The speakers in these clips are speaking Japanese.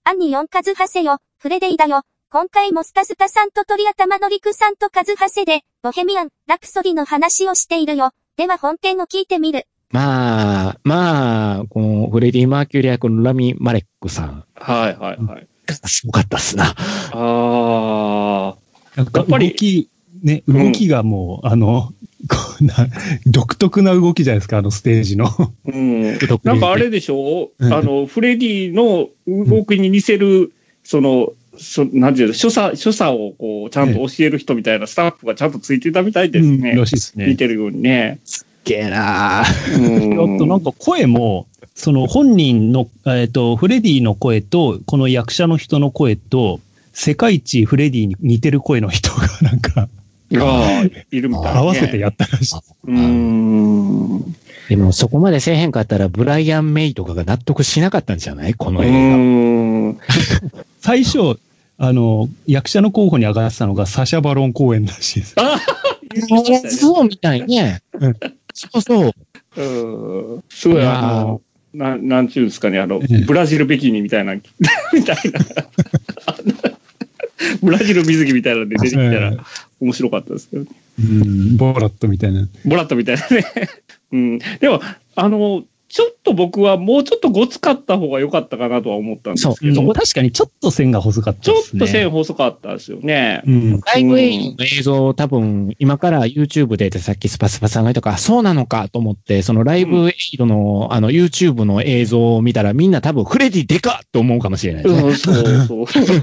アンニオンカズハセよ、フレデイだよ。今回もスカスカさんと鳥頭のりくさんとカズハセで、ボヘミアン、ラプソディの話をしているよ。では本編を聞いてみる。 まあ、このフレディ・マーキュリー役のラミ・マレックさん。 はいはいはい。 すごかったっすな。 なんか動きがもう、独特な動きじゃないですか、ステージの。 なんかあれでしょ、フレディの動きに似せる、なんていうの、所作をこう、ちゃんと教える人みたいなスタッフがちゃんとついてたみたいですね。 らしいですね。 見てるようにね。 すっげえなぁ。あとなんか声も、本人の、フレディの声と、この役者の人の声と、世界一フレディに似てる声の人がなんか、 いるみたいな、ね。 合わせてやったらしい。 でもそこまでせえへんかったら、ブライアン・メイとかが納得しなかったんじゃないこの映画。最初、役者の候補に上がってたのがサシャ・バロン公演らしいです。 そうみたいね。そうそう。 すごい、なんちゅうんですかね、ブラジルビキニみたいな、ブラジル水着みたいなので出てきたら面白かったですけどね。 ボラットみたいな。 ボラットみたいなね。でも、ちょっと僕はもうちょっとごつかった方が良かったかなとは思ったんですけど。 確かにちょっと線が細かったですね。 ちょっと線細かったですよね。 ライブエイドの映像多分今から YouTube でさっきスパスパさんが言ったからそうなのかと思って、そのライブエイドのYouTube の映像を見たらみんな多分フレディでかっと思うかもしれないですね。そう。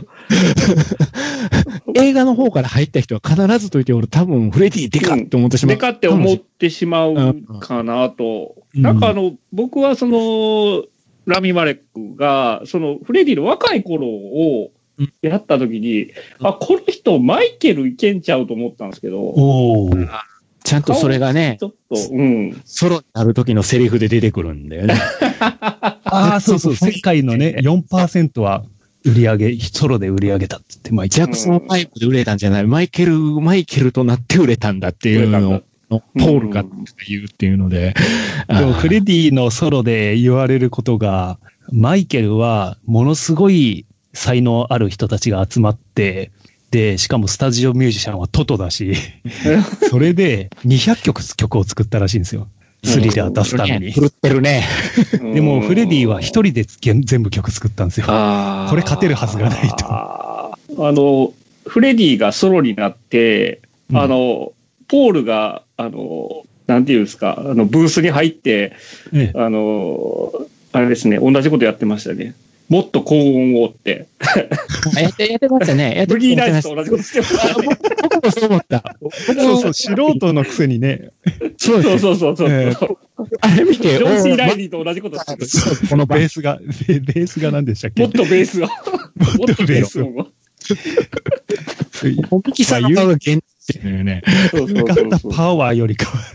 映画の方から入った人は必ずと言って俺多分フレディでかって思ってしまう。 でかって思ってしまうかなと。なんか僕はラミ・マレックが、フレディの若い頃をやった時に、この人マイケルいけんちゃうと思ったんですけど。 ちゃんとそれがね、 ちょっと、 ソロになる時のセリフで出てくるんだよね。 そう。世界のね、4% はソロで売り上げたって言って、 ジャクソン5で売れたんじゃない、マイケルとなって売れたんだっていうのを。ポールが言うっていうので。 でもフレディのソロで言われることが、マイケルはものすごい才能ある人たちが集まって、で、しかもスタジオミュージシャンはトトだし、それで200曲を作ったらしいんですよ。スリラー出すために。 狂ってるね。 でもフレディは一人で全部曲作ったんですよ。これ勝てるはずがないと。 フレディがソロになって、ポールが、なんていうんですか、ブースに入って、あれですね、同じことやってましたね。もっと高音をって。 やってましたね。 ブギーナイツと同じことしてました、ね。 僕もそう思った。 そう、素人のくせにね。 そう。 あれ見て、 ジョン・シー・ライリーと同じことしてる。 このベースが何でしたっけ？ もっとベースを。 もっとベースを。 本気さんが限定だよね。 パワーよりかは。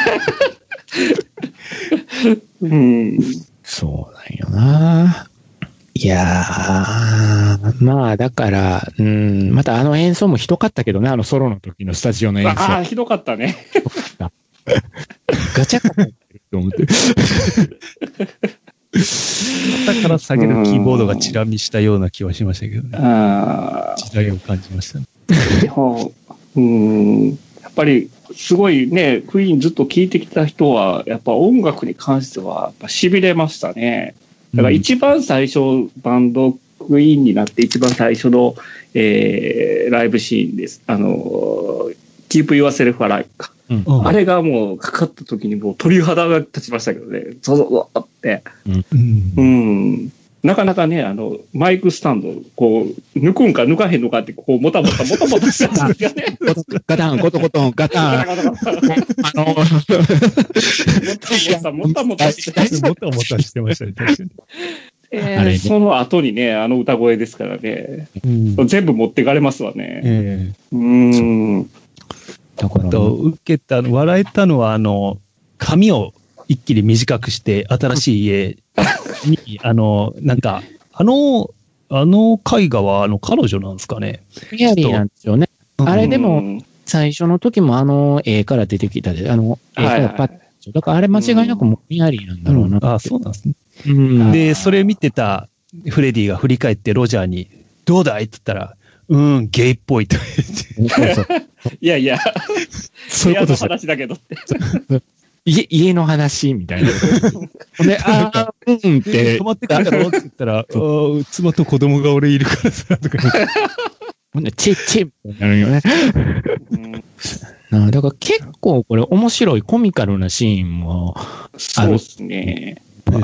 そうなんよな。いやー、まあだから、また演奏もひどかったけどね、ソロの時のスタジオの演奏。 ひどかったね。 ガチャガチャってると思って。 だから下げるキーボードがチラ見したような気はしましたけどね。時代を感じましたね。 やっぱりすごいね、クイーンずっと聴いてきた人は、やっぱ音楽に関してはやっぱ痺れましたね。だから一番最初、バンドクイーンになって一番最初の、ライブシーンです。Keep Yourself Alive か。あれがもうかかった時にもう鳥肌が立ちましたけどね。ゾゾゾって。なかなかね、マイクスタンド、こう、抜くんか抜かへんのかって、こう、もたもたしたんですよね。 ガタン、コトコトン、ガタン。 もたもたしてましたね、確かに。 その後にね、歌声ですからね。全部持ってかれますわね。 だから笑えたのは、髪を一気に短くして、新しい家に、なんか、絵画は、彼女なんですかね。 ミヤリーなんですよね。あれでも、最初の時も絵から出てきたで、絵からパッと。だからあれ間違いなくもミヤリーなんだろうな。 そうなんですね。で、それ見てた、 フレディが振り返ってロジャーに、どうだいって言ったら、ゲイっぽいと言って。 いやいや、 そういうことです。 話だけどって。 家の話みたいな。で、って。 泊まってくるだろうって言ったら、妻と子供が俺いるからさ、とか。 チェってなるよね。だから結構これ面白いコミカルなシーンもある。 そうですね。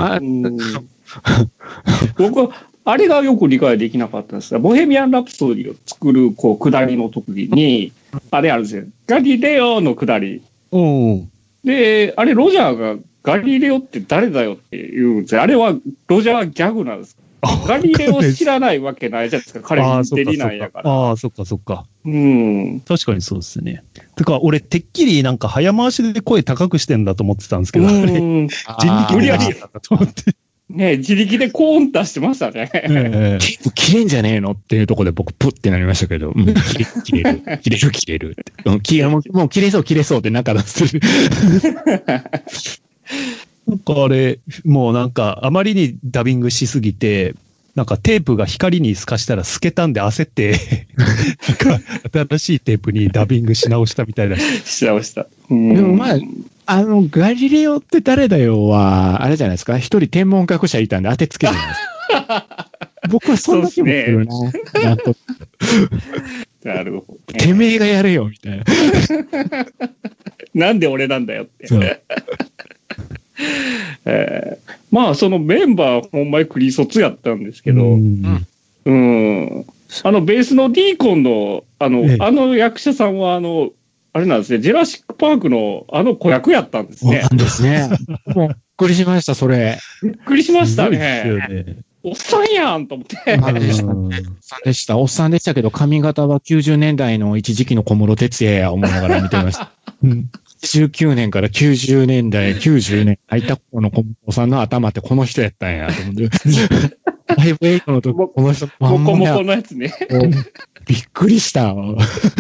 僕は、あれがよく理解できなかったんですが、ボヘミアン・ラプソディを作る、下りの時に、あれあるんですよ。ガリレオの下り。で、あれ、ロジャーが、ガリレオって誰だよって言うんですよ。あれは、ロジャーギャグなんです。ガリレオ知らないわけないじゃないですか。彼インテリなんやから。 そっか。確かにそうですね。てか、俺、てっきりなんか早回しで声高くしてんだと思ってたんですけど、人力無理やりだと思って。 ね、自力でコーン出してましたね。 結構切れんじゃねえのっていうところで僕、プッってなりましたけど、切れるって。もう切れそうって中出する。 なんかあれ、もうなんかあまりにダビングしすぎて、なんかテープが光に透かしたら透けたんで焦って、なんか新しいテープにダビングし直したみたいな。 し直した。 でもまあ、ガリレオって誰だよは、あれじゃないですか。一人天文学者いたんで当てつけるじゃないですか。僕はそんな気もするな。 なるほど。 てめえがやれよ、みたいな。 なんで俺なんだよって。まあ、そのメンバー、ほんまにクリソツやったんですけど、ベースのディーコンの、あの役者さんは、あれなんですね、ジェラシックパークの子役やったんですね。 そうなんですね。もう、びっくりしました、それ。 びっくりしましたね。おっさんやんと思って。 おっさんでしたけど、髪型は90年代の一時期の小室哲也や思いながら見てました。89年から90年代、90年、入った頃の小室さんの頭ってこの人やったんやと思って。5-8の時、この人、 モコモコのやつね。 びっくりした。こ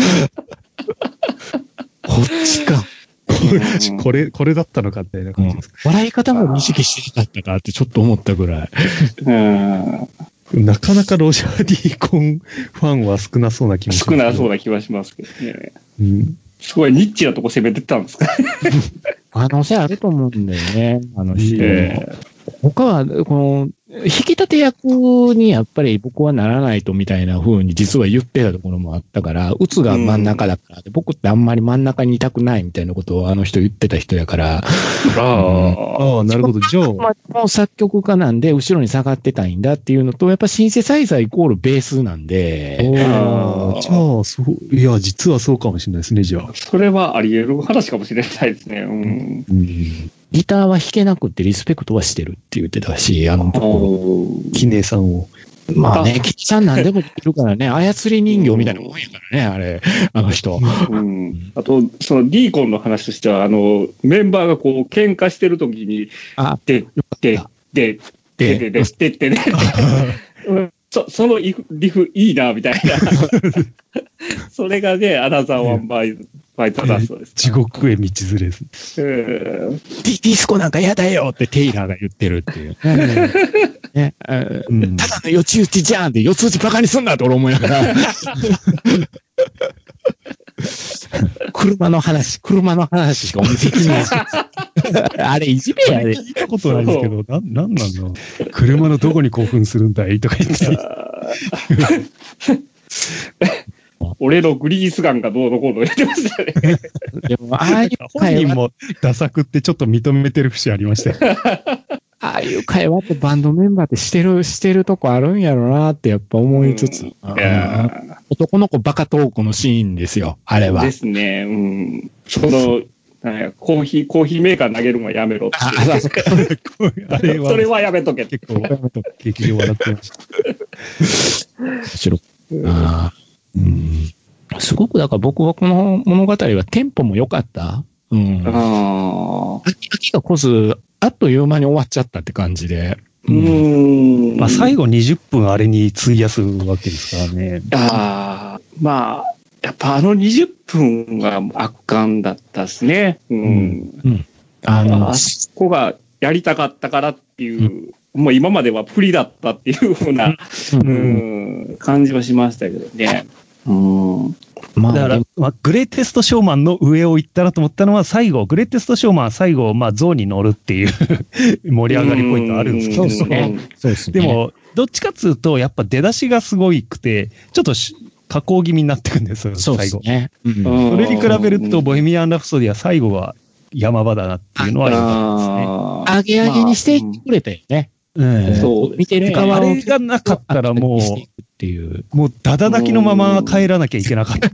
っちか。 これだったのかみたいな感じですか。 笑い方も意識してなかったかってちょっと思ったぐらい。 なかなかロジャー・ディーコンファンは少なそうな気もします。 少なそうな気はしますけどね。すごいニッチなとこ攻めてったんですか。 可能性あると思うんだよね。他は、引き立て役にやっぱり僕はならないとみたいな風に実は言ってたところもあったから、うつが真ん中だから、僕ってあんまり真ん中にいたくないみたいなことをあの人言ってた人やから。 なるほど。じゃあ。 もう作曲家なんで後ろに下がってたいんだっていうのと、やっぱシンセサイザーイコールベースなんで。 じゃあ、そう、いや、実はそうかもしれないですね、じゃあ。 それはあり得る話かもしれないですね。 ギターは弾けなくてリスペクトはしてるって言ってたし、 キネさんを。 まあね、キネさんなんでもできるからね、操り人形みたいなもんやからね、あれ、あの人。 あと、そのディーコンの話としては、メンバーが喧嘩してる時に、そのリフいいな、みたいな。それがね、アナザーワンバイトだそうです。 地獄へ道連れず。 ディスコなんか嫌だよってテイラーが言ってるっていう。ねただの四つ打ちじゃんって四つ打ちバカにすんなって俺思いながら。車の話しかお見せできない。あれ、いじめやで。 聞いたことないですけど、なんだろう。車のどこに興奮するんだいとか言って。 俺のグリースガンがどうのこうの言ってましたね。 でも、ああいう本人もダサくってちょっと認めてる節ありましたよ。 ああいう会話ってバンドメンバーってしてるとこあるんやろなってやっぱ思いつつ。男の子バカトークのシーンですよ、あれは。 ですね。コーヒーメーカー投げるのはやめろって。あれはそれはやめとけ。 結構、劇場笑ってました。 面白い。すごくだから僕はこの物語はテンポも良かった。飽きがこず、あっという間に終わっちゃったって感じで。 まあ最後20分あれに費やすわけですからね。 まあ、やっぱ20分が圧巻だったですね。あそこがやりたかったからっていうもう今までは不利だったっていうふうな、感じはしましたけどね。 だから、グレイテストショーマンの上を行ったなと思ったのは、グレイテストショーマンは最後、象に乗るっていう盛り上がりポイントあるんですけど、そうですね。でも、どっちかっつうと、やっぱ出だしがすごいくて、ちょっと下降気味になってくんですよ、最後。ね。それに比べると、ボヘミアン・ラプソディは最後は山場だなっていうのは良かったですね。 上げ上げにしてくれたよね。 そう。見てるあれがなかったらもうダダ泣きのまま帰らなきゃいけなかった。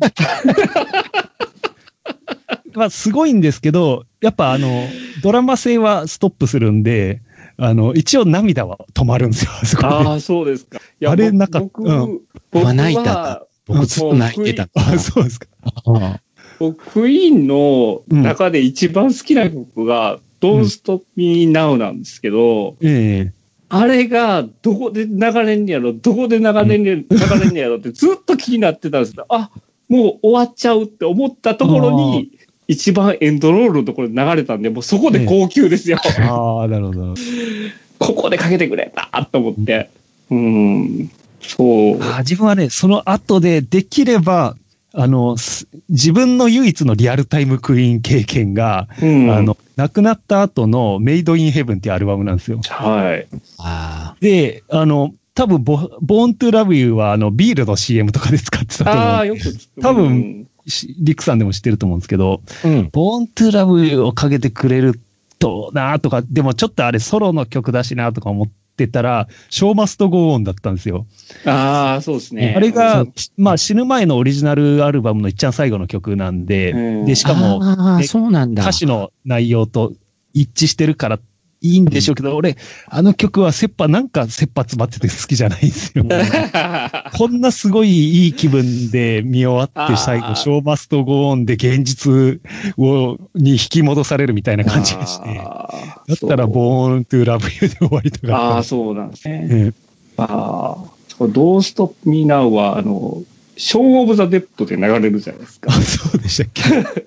すごいんですけど、やっぱドラマ性はストップするんで、一応涙は止まるんですよ。 ああ、そうですか。 あれなかった。 僕泣いた。僕ずっと泣いてた。 あ、そうですか。 僕、クイーンの中で一番好きな曲が、Don't Stop Me Now なんですけど、あれがどこで流れんねやろってずっと気になってたんですけど、あ、もう終わっちゃうって思ったところに、一番エンドロールのところで流れたんで、もうそこで号泣ですよ。 ああ、なるほど。 ここでかけてくれたと思って。そう。 自分はね、その後でできれば、自分の唯一のリアルタイムクイーン経験が、亡くなった後のメイドインヘブンっていうアルバムなんですよ。 はい。 で、多分ボーントゥラブユーはビールの CM とかで使ってたと思う。 ああ、よく多分、リクさんでも知ってると思うんですけど、ボーントゥラブユーをかけてくれるとなとか、でもちょっとあれソロの曲だしなとか思ってたら、ショーマストゴーオンだったんですよ。 ああ、そうですね。 あれが、死ぬ前のオリジナルアルバムの一番最後の曲なんで、で、しかも、歌詞の内容と一致してるからいいんでしょうけど、俺、あの曲はなんか切羽詰まってて好きじゃないんですよ。こんなすごいいい気分で見終わって最後、ショーマストゴーオンで現実に引き戻されるみたいな感じがして、だったらボーントゥラブユーで終わりとか。 ああ、そうなんですね。Don't Stop Me Now は、ショーン・オブ・ザ・デッドで流れるじゃないですか。 そうでしたっけ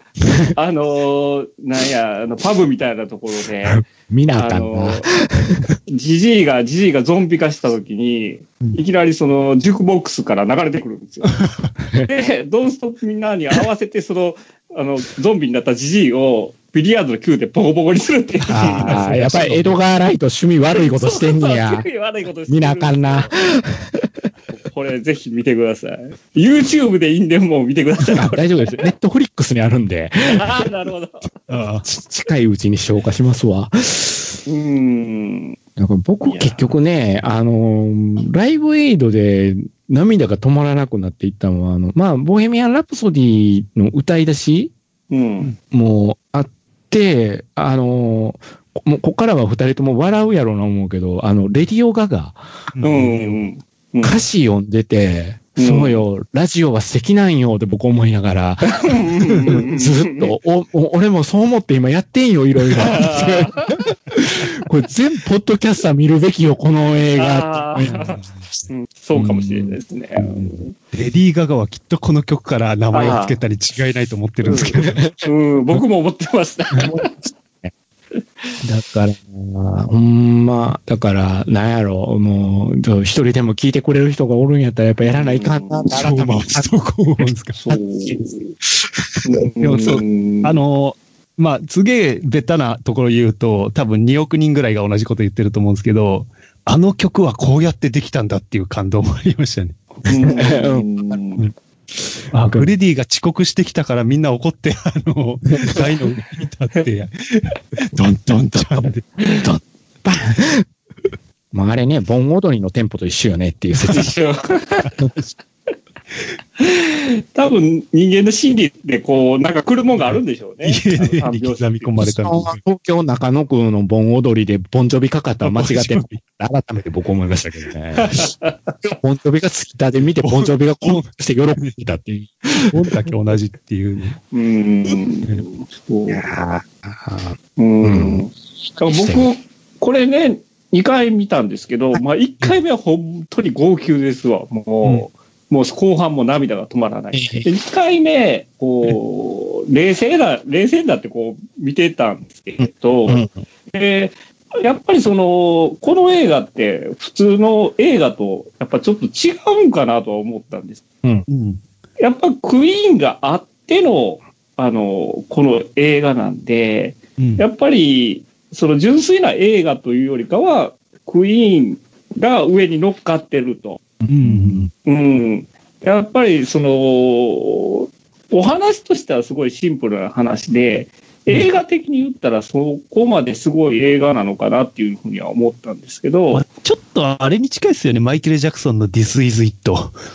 パブみたいなところで、 見なあかんな。 ジジイがゾンビ化した時に、いきなりジュークボックスから流れてくるんですよ。で、Don't Stop Me Now に合わせて、ゾンビになったジジイを、ビリヤードの球でボコボコにするっていう。 やっぱりエドガー・ライト趣味悪いことしてんねや。 趣味悪いことして見なあかんな。 これぜひ見てください。YouTube でいいんでもう見てください。 大丈夫です。ネットフリックスにあるんで。 なるほど。 近いうちに消化しますわ。僕結局ね、ライブエイドで涙が止まらなくなっていったのは、ボヘミアン・ラプソディの歌い出しもあって、もうここからは二人とも笑うやろうな思うけど、レディオガガ。歌詞読んでて、そうよ、ラジオは素敵なんよって僕思いながら、ずっと、俺もそう思って今やってんよ、いろいろ。これ全ポッドキャスター見るべきよ、この映画。 そうかもしれないですね。 レディー・ガガはきっとこの曲から名前を付けたり違いないと思ってるんですけど。 僕も思ってました。 だから、なんやろ、もう、一人でも聞いてくれる人がおるんやったら、やっぱやらないかんな、 改めて。でもそう、すげえベタなところ言うと、多分2億人ぐらいが同じこと言ってると思うんですけど、あの曲はこうやってできたんだっていう感動もありましたね。フレディが遅刻してきたからみんな怒って、台の上に立って、ドンドンドンで、ドン、バン。 あれね、盆踊りのテンポと一緒よねっていう説。 多分人間の心理でなんか来るもんがあるんでしょうね。 家に刻み込まれた東京中野区の盆踊りでボンジョビかかったら間違ってる。改めて僕思いましたけどね。ボンジョビがツイッターで見てボンジョビがこうして喜んでたっていう。 ボンだけ同じっていう。 僕、これね、2回見たんですけど、1回目は本当に号泣ですわ。もう後半も涙が止まらない。で、2回目、冷静だって見てたんですけど、で、 やっぱりこの映画って普通の映画とやっぱちょっと違うんかなとは思ったんです。 うん。 やっぱクイーンがあっての、この映画なんで、やっぱり、純粋な映画というよりかは、クイーンが上に乗っかってると。やっぱり、お話としてはすごいシンプルな話で、映画的に言ったらそこまですごい映画なのかなっていうふうには思ったんですけど。 まあ、ちょっとあれに近いですよね。マイケル・ジャクソンの This is It。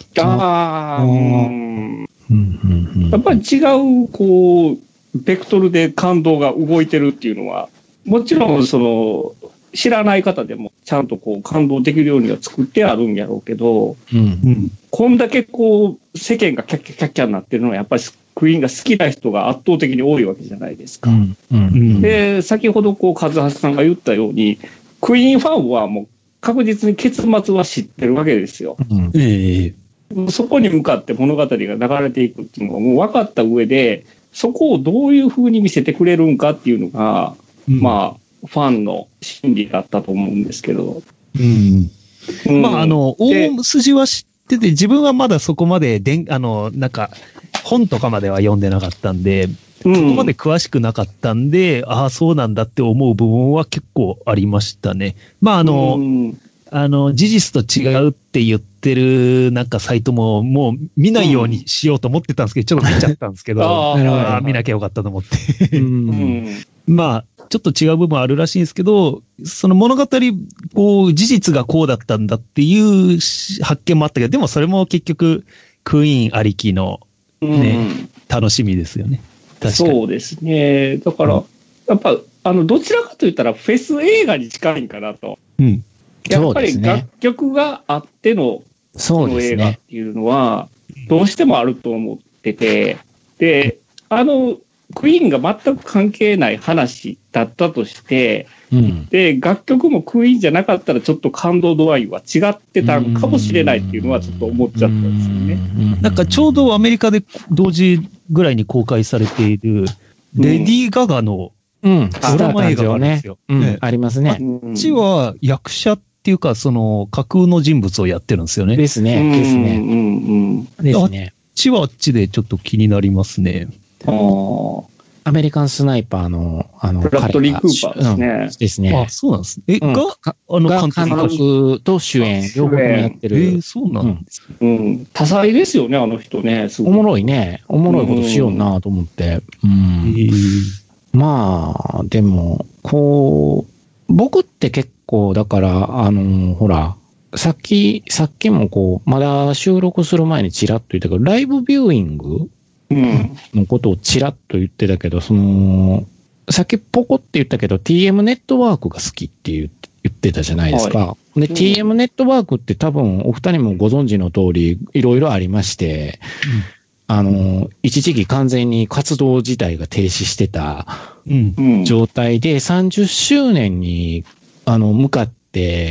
やっぱり違う、ベクトルで感動が動いてるっていうのは、もちろん知らない方でもちゃんと感動できるようには作ってあるんやろうけど、こんだけ世間がキャッキャキャッキャになってるのはやっぱりクイーンが好きな人が圧倒的に多いわけじゃないですか。で、先ほど和橋さんが言ったように、クイーンファンはもう確実に結末は知ってるわけですよ。そこに向かって物語が流れていくっていうのがもう分かった上で、そこをどういう風に見せてくれるんかっていうのが、まあ、ファンの心理だったと思うんですけど。 まあ、大筋は知ってて、自分はまだそこまでなんか、本とかまでは読んでなかったんで、そこまで詳しくなかったんで、ああ、そうなんだって思う部分は結構ありましたね。まあ、事実と違うって言ってるなんかサイトももう見ないようにしようと思ってたんですけど、ちょっと見ちゃったんですけど、見なきゃよかったと思って。まあ、ちょっと違う部分あるらしいんですけど、その物語、事実がこうだったんだっていう発見もあったけど、でもそれも結局、クイーンありきの、ね、楽しみですよね。確かに。 そうですね。だから、やっぱ、どちらかと言ったらフェス映画に近いんかなと。やっぱり楽曲があっての、その映画っていうのは、どうしてもあると思ってて、で、クイーンが全く関係ない話だったとして、で、楽曲もクイーンじゃなかったらちょっと感動度合いは違ってたかもしれないっていうのはちょっと思っちゃったんですよね。 なんかちょうどアメリカで同時ぐらいに公開されている、レディー・ガガのドラマ映画があるんですよ。 ありますね。 あっちは役者っていうか、架空の人物をやってるんですよね。 ですね。 あっちはあっちでちょっと気になりますね。 アメリカンスナイパーの、 ブラッドリー・クーパーですね。 ですね。 あ、そうなんです。 監督と主演、両方やってる。 そうなんです。 多彩ですよね、あの人ね。 おもろいね。おもろいことしようなと思って。まあ、でも、僕って結構、だから、ほら、さっきもまだ収録する前にチラッと言ったけど、ライブビューイングのことをチラッと言ってたけど、さっきポコって言ったけど、TM ネットワークが好きって言ってたじゃないですか。で、TM ネットワークって多分お二人もご存知の通り、いろいろありまして、一時期完全に活動自体が停止してた状態で、30周年に向かって、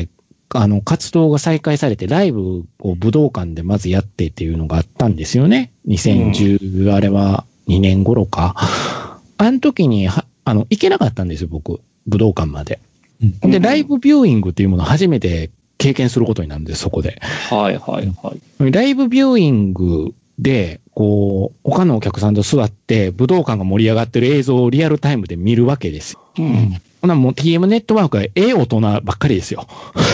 活動が再開されて、ライブを武道館でまずやってっていうのがあったんですよね。2010、あれは2年頃か。あの時に行けなかったんですよ、僕。武道館まで。で、ライブビューイングっていうものを初めて経験することになるんです、そこで。ライブビューイングで、他のお客さんと座って、武道館が盛り上がってる映像をリアルタイムで見るわけですよ。ほなもう TM ネットワークは大人ばっかりですよ。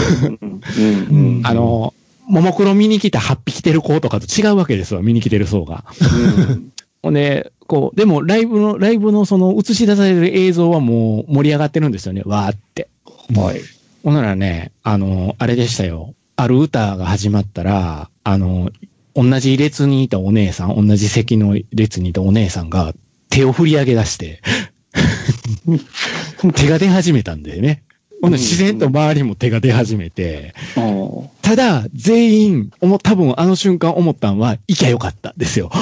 ももクロ見に来た8匹来てる子とかと違うわけですよ、見に来てる層が。ほんで、でもライブのその映し出される映像はもう盛り上がってるんですよね、わーって。ほんならね、あれでしたよ。ある歌が始まったら、同じ列にいたお姉さん、同じ席の列にいたお姉さんが手を振り上げ出して、手が出始めたんだよね。自然と周りも手が出始めて、ただ、全員、多分あの瞬間思ったんは、行きゃよかったですよ。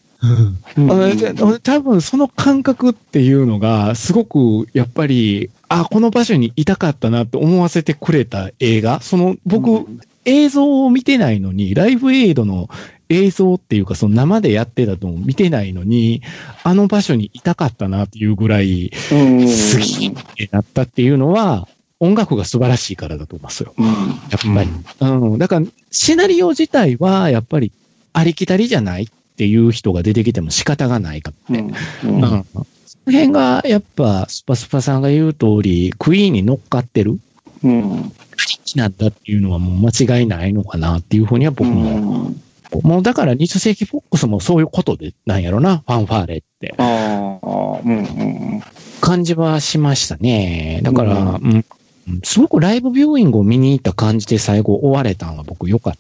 多分その感覚っていうのが、すごく、やっぱり、この場所にいたかったなって思わせてくれた映画。僕、映像を見てないのに、ライブエイドの映像っていうか、生でやってたとも見てないのに、あの場所にいたかったなっていうぐらい、好きになったっていうのは、 音楽が素晴らしいからだと思いますよ。 うん。 やっぱり。うん。だから、シナリオ自体は、やっぱり、ありきたりじゃないっていう人が出てきても仕方がないかって。 うん。 その辺が、やっぱ、スパスパさんが言う通り、クイーンに乗っかってるうん。 なんだっていうのはもう間違いないのかなっていうふうには僕も。もうだから、20世紀フォックスもそういうことで、なんやろな、ファンファーレって。 ああ、うん。 感じはしましたね。だから、すごくライブビューイングを見に行った感じで最後終われたのが僕良かった。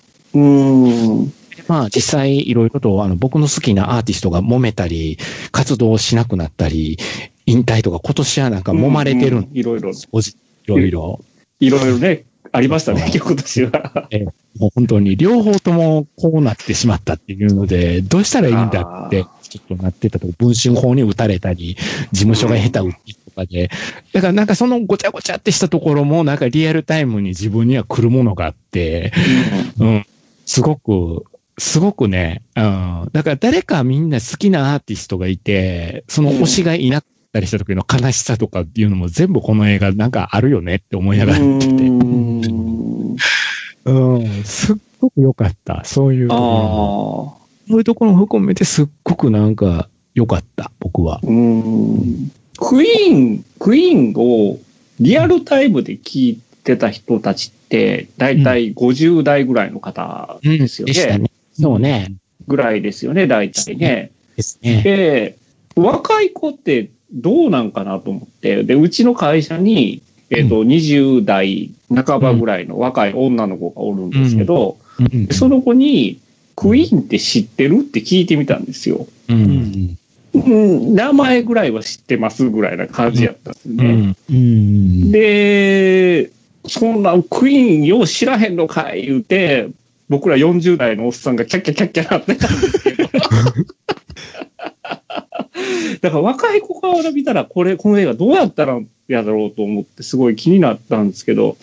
まあ実際いろいろと僕の好きなアーティストが揉めたり、活動しなくなったり、引退とか今年はなんか揉まれてるいろいろ。 いろいろね、ありましたね、今年は。 もう本当に両方ともこうなってしまったっていうので、どうしたらいいんだってちょっとなってたと、文春法に打たれたり、事務所が下手打ってとかで、だからなんかそのごちゃごちゃってしたところもなんかリアルタイムに自分には来るものがあって、すごくね、だから誰かみんな好きなアーティストがいて、その推しがいなかったりした時の悲しさとかっていうのも全部この映画なんかあるよねって思いながら見てて。すっごく良かった。そういうところ。そういうところも含めてすっごくなんか良かった、僕は。 クイーンをリアルタイムで聞いてた人たちって、だいたい50代ぐらいの方ですよね。 でしたね。そうね。 ぐらいですよね、だいたいね。 ですね。 で、若い子ってどうなんかなと思って、で、うちの会社に、20代半ばぐらいの若い女の子がおるんですけど、その子に、クイーンって知ってるって聞いてみたんですよ。名前ぐらいは知ってますぐらいな感じやったんですね。で、そんなクイーンよう知らへんのかい言うて、僕ら40代のおっさんがキャッキャキャッキャなってたんですけど。だから若い子から見たらこの映画どうやったらやだろうと思ってすごい気になったんですけど。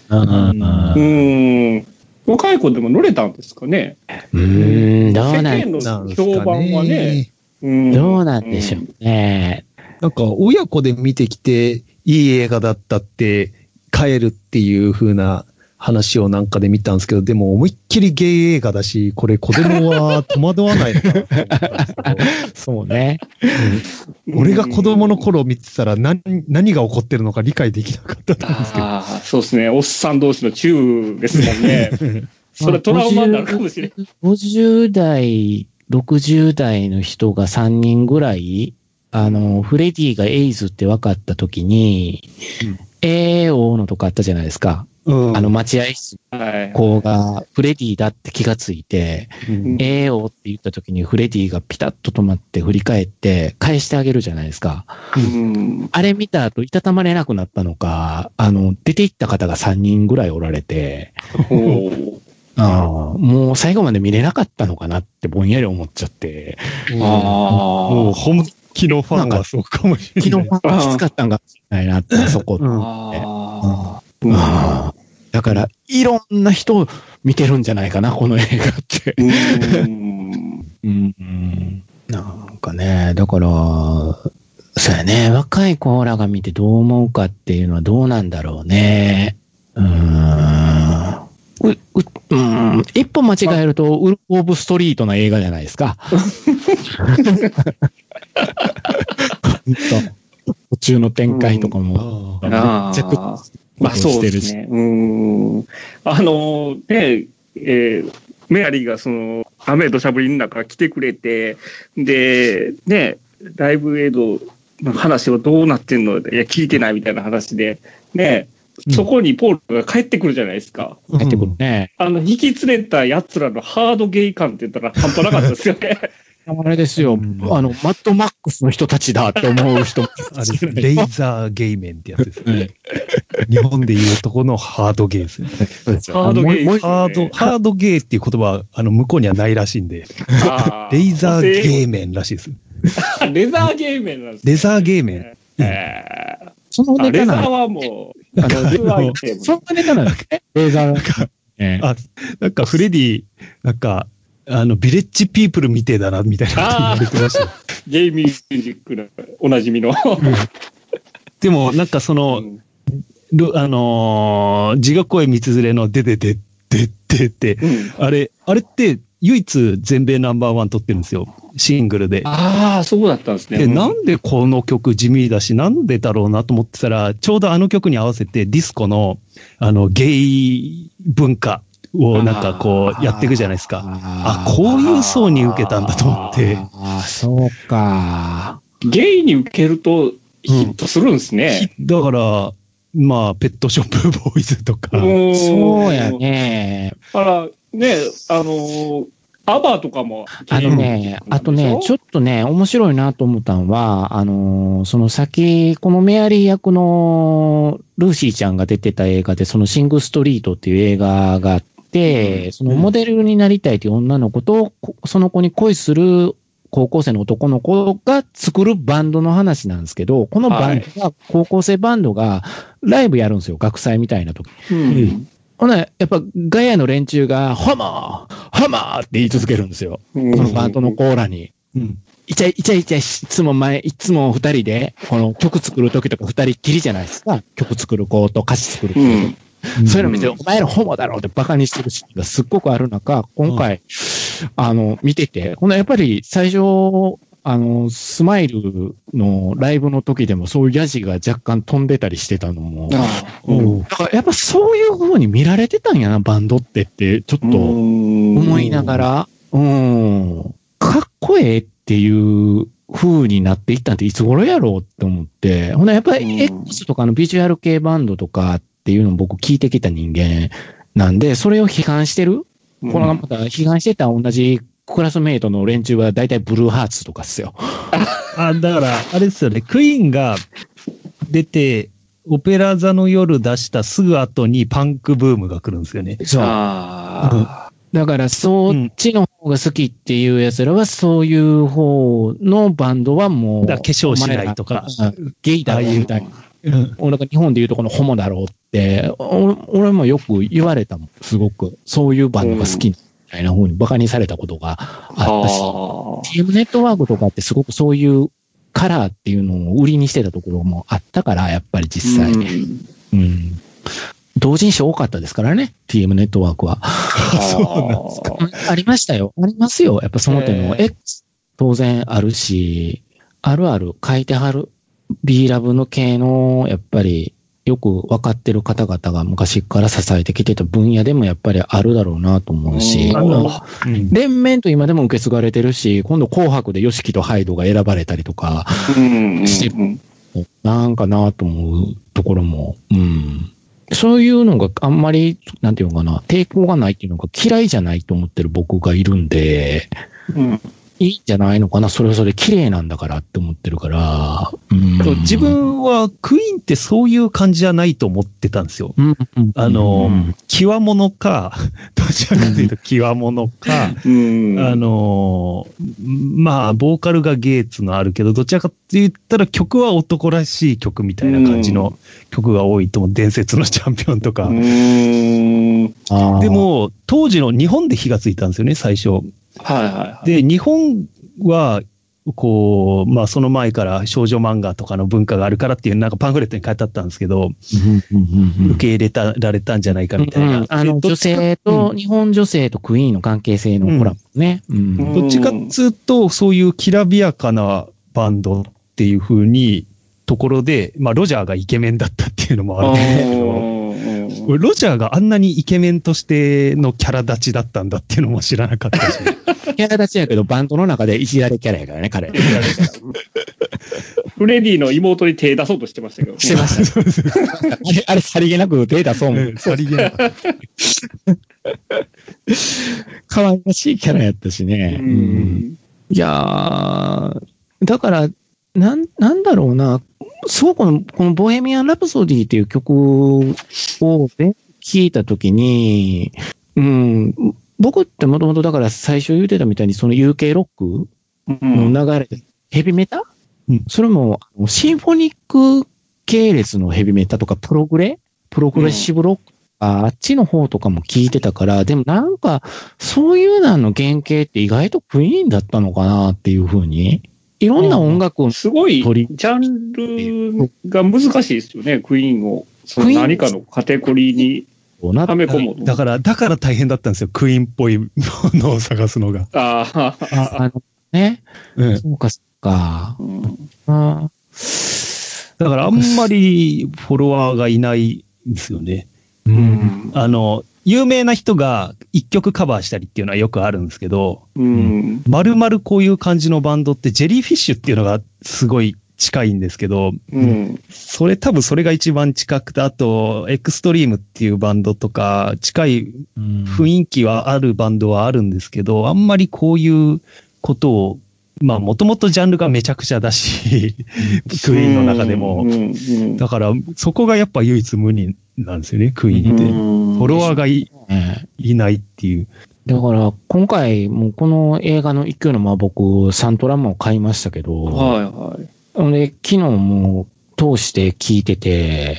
若い子でも乗れたんですかね。 どうなん世間の評判はね。 どうなんでしょうね。 なんか親子で見てきていい映画だったって帰るっていう風な話をなんかで見たんですけど、でも思いっきりゲイ映画だし、これ子供は戸惑わないのかなと思ったんですけど。 そうね。 俺が子供の頃見てたら何が起こってるのか理解できなかったと思うんですけど。 そうですね。おっさん同士のチューですもんね。それトラウマになるかもしれない。 50代、60代の人が3人ぐらい、フレディがエイズって分かった時に、AO のとかあったじゃないですか。待合室の子がフレディだって気がついて、AO って言った時にフレディがピタッと止まって振り返って返してあげるじゃないですか。あれ見た後いたたまれなくなったのか、出て行った方が3人ぐらいおられて、もう最後まで見れなかったのかなってぼんやり思っちゃって。 もう本気のファンはそうかもしれない。 昨日ファンがきつかったんかもしれないなって、そこって。だから、いろんな人を見てるんじゃないかな、この映画って。なんかね、だから、そうやね、若い子らが見てどう思うかっていうのはどうなんだろうね。一歩間違えると、ウルフ・オブ・ストリートな映画じゃないですか。途中の展開とかも、めっちゃくちゃそうですね。メアリーが雨土砂降りの中来てくれて、で、ね、ライブエイドの話はどうなってんの？いや、聞いてないみたいな話で、ね、そこにポールが帰ってくるじゃないですか。 帰ってくるね。 引き連れた奴らのハードゲイ感って言ったら半端なかったですよね。 あれですよ。マッドマックスの人たちだって思う人も。 レイザーゲイメンってやつですね。日本でいうとこのハードゲイですね。 ハードゲイ。 ハードゲイっていう言葉は、向こうにはないらしいんで。レイザーゲイメンらしいです。 レザーゲイメンなんです。 レザーゲイメン。 そのネタレザーはもう、 そんなネタなんですね。レーザー。 なんかフレディ、なんか、ビレッジピープルみてえだな、みたいなこと言われてました。 ゲイミュージックのおなじみの。 でも、なんか地獄声三つ連れのででって、あれって唯一全米ナンバーワン取ってるんですよ。シングルで。 ああ、そうだったんですね。 で、なんでこの曲地味だし、なんでだろうなと思ってたら、ちょうどあの曲に合わせてディスコの、ゲイ文化をなんかこうやっていくじゃないですか。こういう層に受けたんだと思って。 そうか。 ゲイに受けるとヒットするんですね。 だから、まあ、ペットショップボーイズとか。 そうやね。 だから、ね、アバとかも。 あとね、ちょっとね、面白いなと思ったのは、その先、このメアリー役のルーシーちゃんが出てた映画で、そのシングストリートっていう映画があって、そのモデルになりたいという女の子と、その子に恋する高校生の男の子が作るバンドの話なんですけど、このバンドが、高校生バンドがライブやるんですよ、学祭みたいな時。ほな、やっぱガヤの連中が、ハマーって言い続けるんですよ。このバンドのコーラに。イチャイチャ、いつも二人で、この曲作る時とか二人きりじゃないですか。曲作る子と歌詞作る子と。そういうの見て、お前らホモだろうってバカにしてるシーンがすっごくある中、今回、見てて、やっぱり最初、スマイルのライブの時でもそういうヤジが若干飛んでたりしてたのも、だからやっぱそういう風に見られてたんやな、バンドってちょっと思いながら、かっこええっていう風になっていったんっていつ頃やろうって思って、やっぱり X とかのビジュアル系バンドとかっていうのを僕聞いてきた人間なんで、それを批判してる、これがまた批判してた同じクラスメイトの連中は大体ブルーハーツとかっすよ。 だから、あれですよね、クイーンが出て、オペラ座の夜出したすぐ後にパンクブームが来るんですよね。 そう。だから、そっちの方が好きっていう奴らは、そういう方のバンドはもう、 化粧しないとか、 ゲイだろうみたいな。なんか日本でいうとこのホモだろうって、俺もよく言われたもん、すごく。そういうバンドが好きみたいな風にバカにされたことがあったし、TM ネットワークとかってすごくそういうカラーっていうのを売りにしてたところもあったから、やっぱり実際。同人誌多かったですからね、TM ネットワークは。 そうなんですか。 ありましたよ。ありますよ。やっぱその手の X 当然あるし、ある書いてはる。B ラブの系の、やっぱり、よく分かってる方々が昔から支えてきてた分野でもやっぱりあるだろうなと思うし、連綿と今でも受け継がれてるし、今度紅白でヨシキとハイドが選ばれたりとかしてる、なんかなと思うところも、そういうのがあんまり、なんていうのかな、抵抗がないっていうのが嫌いじゃないと思ってる僕がいるんで、いいんじゃないのかな、それはそれ綺麗なんだからって思ってるから、 自分はクイーンってそういう感じじゃないと思ってたんですよ。極物か、どちらかというと極物か、まあ、ボーカルがゲーツのあるけど、どちらかって言ったら曲は男らしい曲みたいな感じの曲が多いと思う。伝説のチャンピオンとか。でも、当時の日本で火がついたんですよね、最初。で、日本は、こう、まあ、その前から少女漫画とかの文化があるからっていう、なんかパンフレットに書いてあったんですけど、受け入れられたんじゃないかみたいな。 女性と、日本女性とクイーンの関係性のコラボね。 どっちかっつうと、そういうきらびやかなバンドっていう風に、ところで、まあ、ロジャーがイケメンだったっていうのもあるんですけど、ロジャーがあんなにイケメンとしてのキャラ立ちだったんだっていうのも知らなかったし。 キャラ立ちやけど、バンドの中でいじられキャラやからね、彼。 フレディの妹に手出そうとしてましたけど。 してました。あれ、さりげなく手出そうもん。 さりげなく。 可愛らしいキャラやったしね。いやー、だから、なんだろうな。そう、このボヘミアン・ラプソディっていう曲をね、聴いたときに、僕ってもともとだから最初言ってたみたいにその UK ロックの流れで、ヘビメタ、それもシンフォニック系列のヘビメタとかプログレッシブロック、あっちの方とかも聞いてたから、でもなんかそういうのの原型って意外とクイーンだったのかなっていうふうに。いろんな音楽をすごいジャンルが難しいですよね、クイーンをその何かのカテゴリーにはめ込もうと。 だから大変だったんですよ。クイーンっぽいものを探すのが。 ね。 うん。 そうか、そうか。 だからあんまりフォロワーがいないんですよね。 うん。 有名な人が一曲カバーしたりっていうのはよくあるんですけど、丸々こういう感じのバンドってジェリーフィッシュっていうのがすごい近いんですけど、多分それが一番近くて、あと、エクストリームっていうバンドとか、近い雰囲気はあるバンドはあるんですけど、あんまりこういうことを、まあ、もともとジャンルがめちゃくちゃだし、クイーンの中でも。だから、そこがやっぱ唯一無二なんですよね、クイーンって。フォロワーがいないっていう。 だから、今回、もうこの映画の一挙の、まあ僕、サントラも買いましたけど、 はいはい。 で、昨日も通して聞いてて、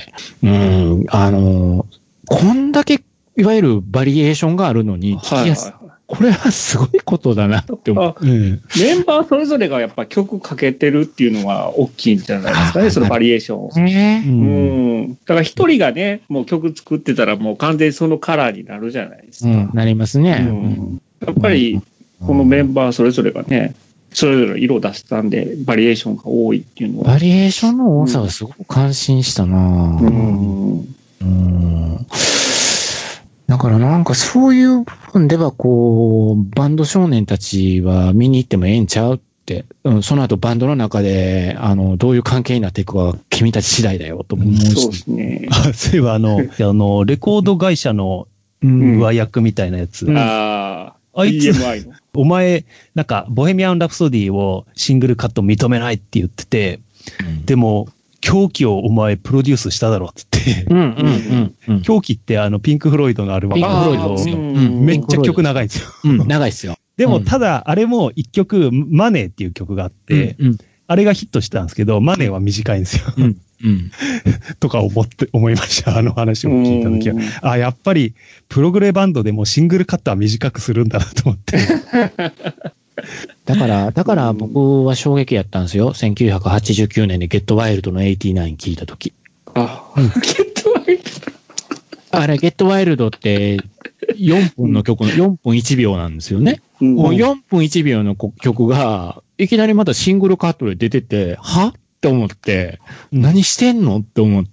こんだけ、いわゆるバリエーションがあるのに、これはすごいことだなって思う。 メンバーそれぞれがやっぱ曲かけてるっていうのは大きいんじゃないですかね、そのバリエーションを。だから一人がね、もう曲作ってたらもう完全にそのカラーになるじゃないですか。 なりますね。 やっぱり、このメンバーそれぞれがね、それぞれ色出したんで、バリエーションが多いっていうのは。 バリエーションの多さはすごく感心したなだからなんかそういう部分ではこう、バンド少年たちは見に行ってもええんちゃうって、その後バンドの中で、どういう関係になっていくかは君たち次第だよと思うし。 そうですね。 そういえばレコード会社の上役みたいなやつ。あいつ、お前、なんか、ボヘミアン・ラプソディをシングルカット認めないって言ってて、でも、狂気をお前プロデュースしただろって言って、狂気ってピンク・フロイドのアルバム。 ピンク・フロイドですよ。 めっちゃ曲長いんですよ。 長いですよ。 でも、ただ、あれも一曲、マネーっていう曲があって、あれがヒットしたんですけど、マネーは短いんですよ。とか思いました。あの話を聞いたときは。やっぱり、プログレバンドでもシングルカットは短くするんだなと思って。 だから僕は衝撃やったんですよ。1989年にゲットワイルドの89聞いたとき。 ゲットワイルドあれ、ゲットワイルドって4分の曲の4分1秒なんですよね。もう4分1秒の曲が、いきなりまたシングルカットで出てて、はって思って、何してんのって思って、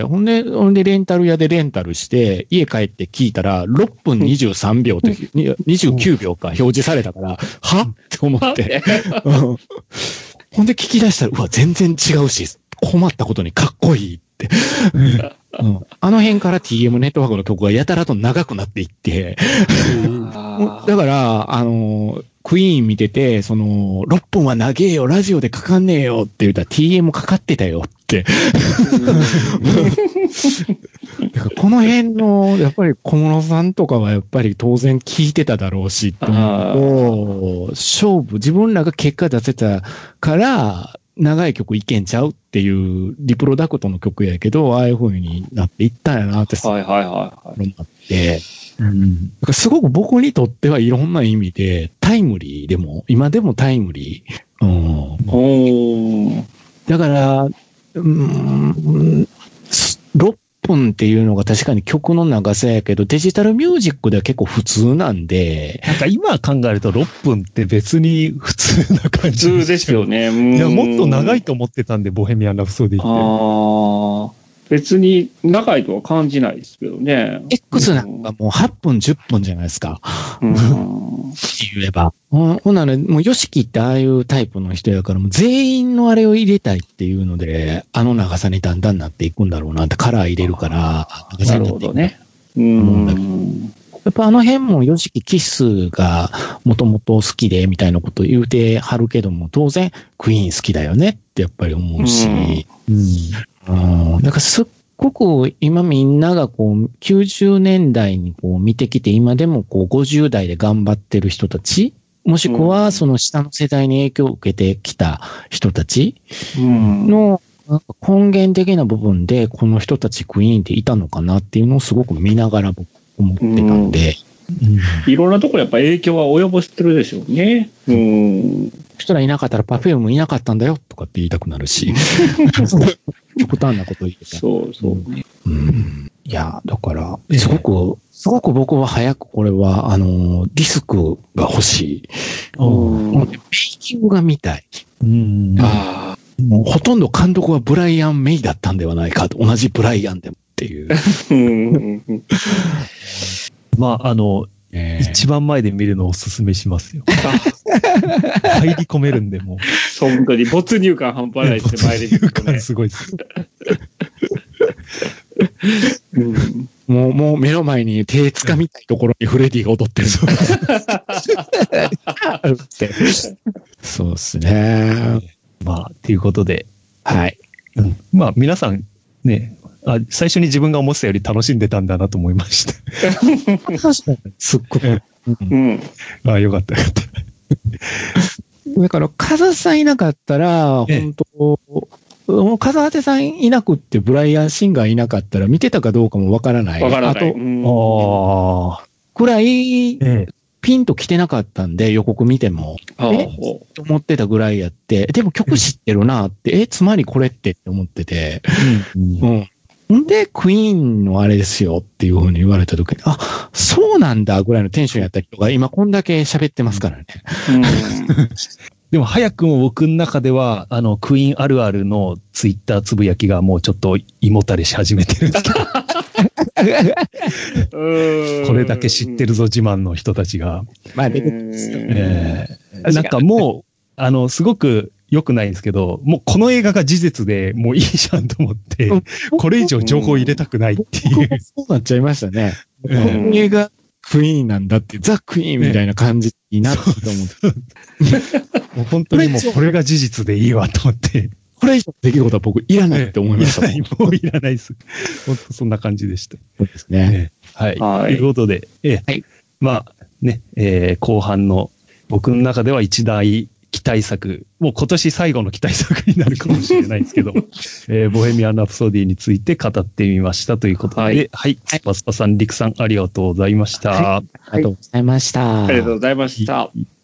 ほんでレンタル屋でレンタルして、家帰って聞いたら、6分23秒って、29秒か表示されたから、はって思って。ほんで聞き出したら、うわ、全然違うし、困ったことにかっこいいって。あの辺から TM ネットワークの曲がやたらと長くなっていって、だから、クイーン見てて、6分は長えよ、ラジオでかかんねえよって言ったら TM かかってたよって。だからこの辺の、やっぱり小室さんとかはやっぱり当然聞いてただろうし、って思うと、自分らが結果出せたから、長い曲いけんちゃうっていうリプロダクトの曲やけど、ああいう風になっていったんやなって思って、すごく僕にとってはいろんな意味でタイムリーでも、今でもタイムリー。だから、6分っていうのが確かに曲の長さやけど、デジタルミュージックでは結構普通なんで。 なんか今考えると6分って別に普通な感じ。 普通ですよね。 いや、もっと長いと思ってたんで、ボヘミアン・ラプソディって。 別に長いとは感じないですけどね。 X なんかもう8分10分じゃないですか。って言えば。ほんなら、もうヨシキってああいうタイプの人やから、もう全員のあれを入れたいっていうので、あの長さにだんだんなっていくんだろうなって、カラー入れるから、 なるほどね。 やっぱあの辺もヨシキキスがもともと好きでみたいなこと言うてはるけども、当然クイーン好きだよねってやっぱり思うし、だからすっごく今みんながこう90年代にこう見てきて今でもこう50代で頑張ってる人たち、もしくはその下の世代に影響を受けてきた人たちの根源的な部分でこの人たちクイーンっていたのかなっていうのをすごく見ながら僕思ってたんで。 いろんなところやっぱ影響は及ぼしてるでしょうね。 人らいなかったらパフュームいなかったんだよとかって言いたくなるし。極端なこと言うそうそう。 いや、だから、すごく僕は早くこれは、ディスクが欲しい。メイキングが見たい。もうほとんど監督はブライアン・メイだったんではないかと。同じブライアンでもっていう。 まあ、一番前で見るのをおすすめしますよ。入り込めるんで、もう。 本当に没入感半端ないですね、前で見るとね。 すごいです。 もう目の前に手掴みたいところにフレディが踊ってる。そうですね。 まあ、ということで。 はい。 まあ、皆さんね、最初に自分が思ってたより楽しんでたんだなと思いました。 すっごく。 よかったよかった。 だから、風さんいなかったら、本当風当てさんいなくってブライアン・シンガーいなかったら見てたかどうかもわからない。 わからない。 くらい、ピンと来てなかったんで、予告見ても。と思ってたぐらいやって、でも曲知ってるなって、つまりこれって思ってて。んで、クイーンのあれですよっていう風に言われた時に、あ、そうなんだぐらいのテンションやった人が今こんだけ喋ってますからね。 でも早くも僕の中では、クイーンあるあるのツイッターつぶやきがもうちょっと胃もたれし始めてるんですけど。これだけ知ってるぞ自慢の人たちが。まあ、出てきますよね。なんかもう、すごく良くないんですけど、もうこの映画が事実でもういいじゃんと思って、これ以上情報入れたくないっていう。 そうなっちゃいましたね。この映画クイーンなんだって、ザ・クイーンみたいな感じになってと思って。 もう本当にもうこれが事実でいいわと思って。 これ以上の出来事は僕いらないって思いました。 もういらないです。本当そんな感じでした。 そうですね。 はい。ということで、まあね、後半の僕の中では一大期待作、もう今年最後の期待作になるかもしれないですけど、ボヘミアン・ラプソディについて語ってみましたということで、スパスパさん、リクさんありがとうございました。 ありがとうございました。 ありがとうございました。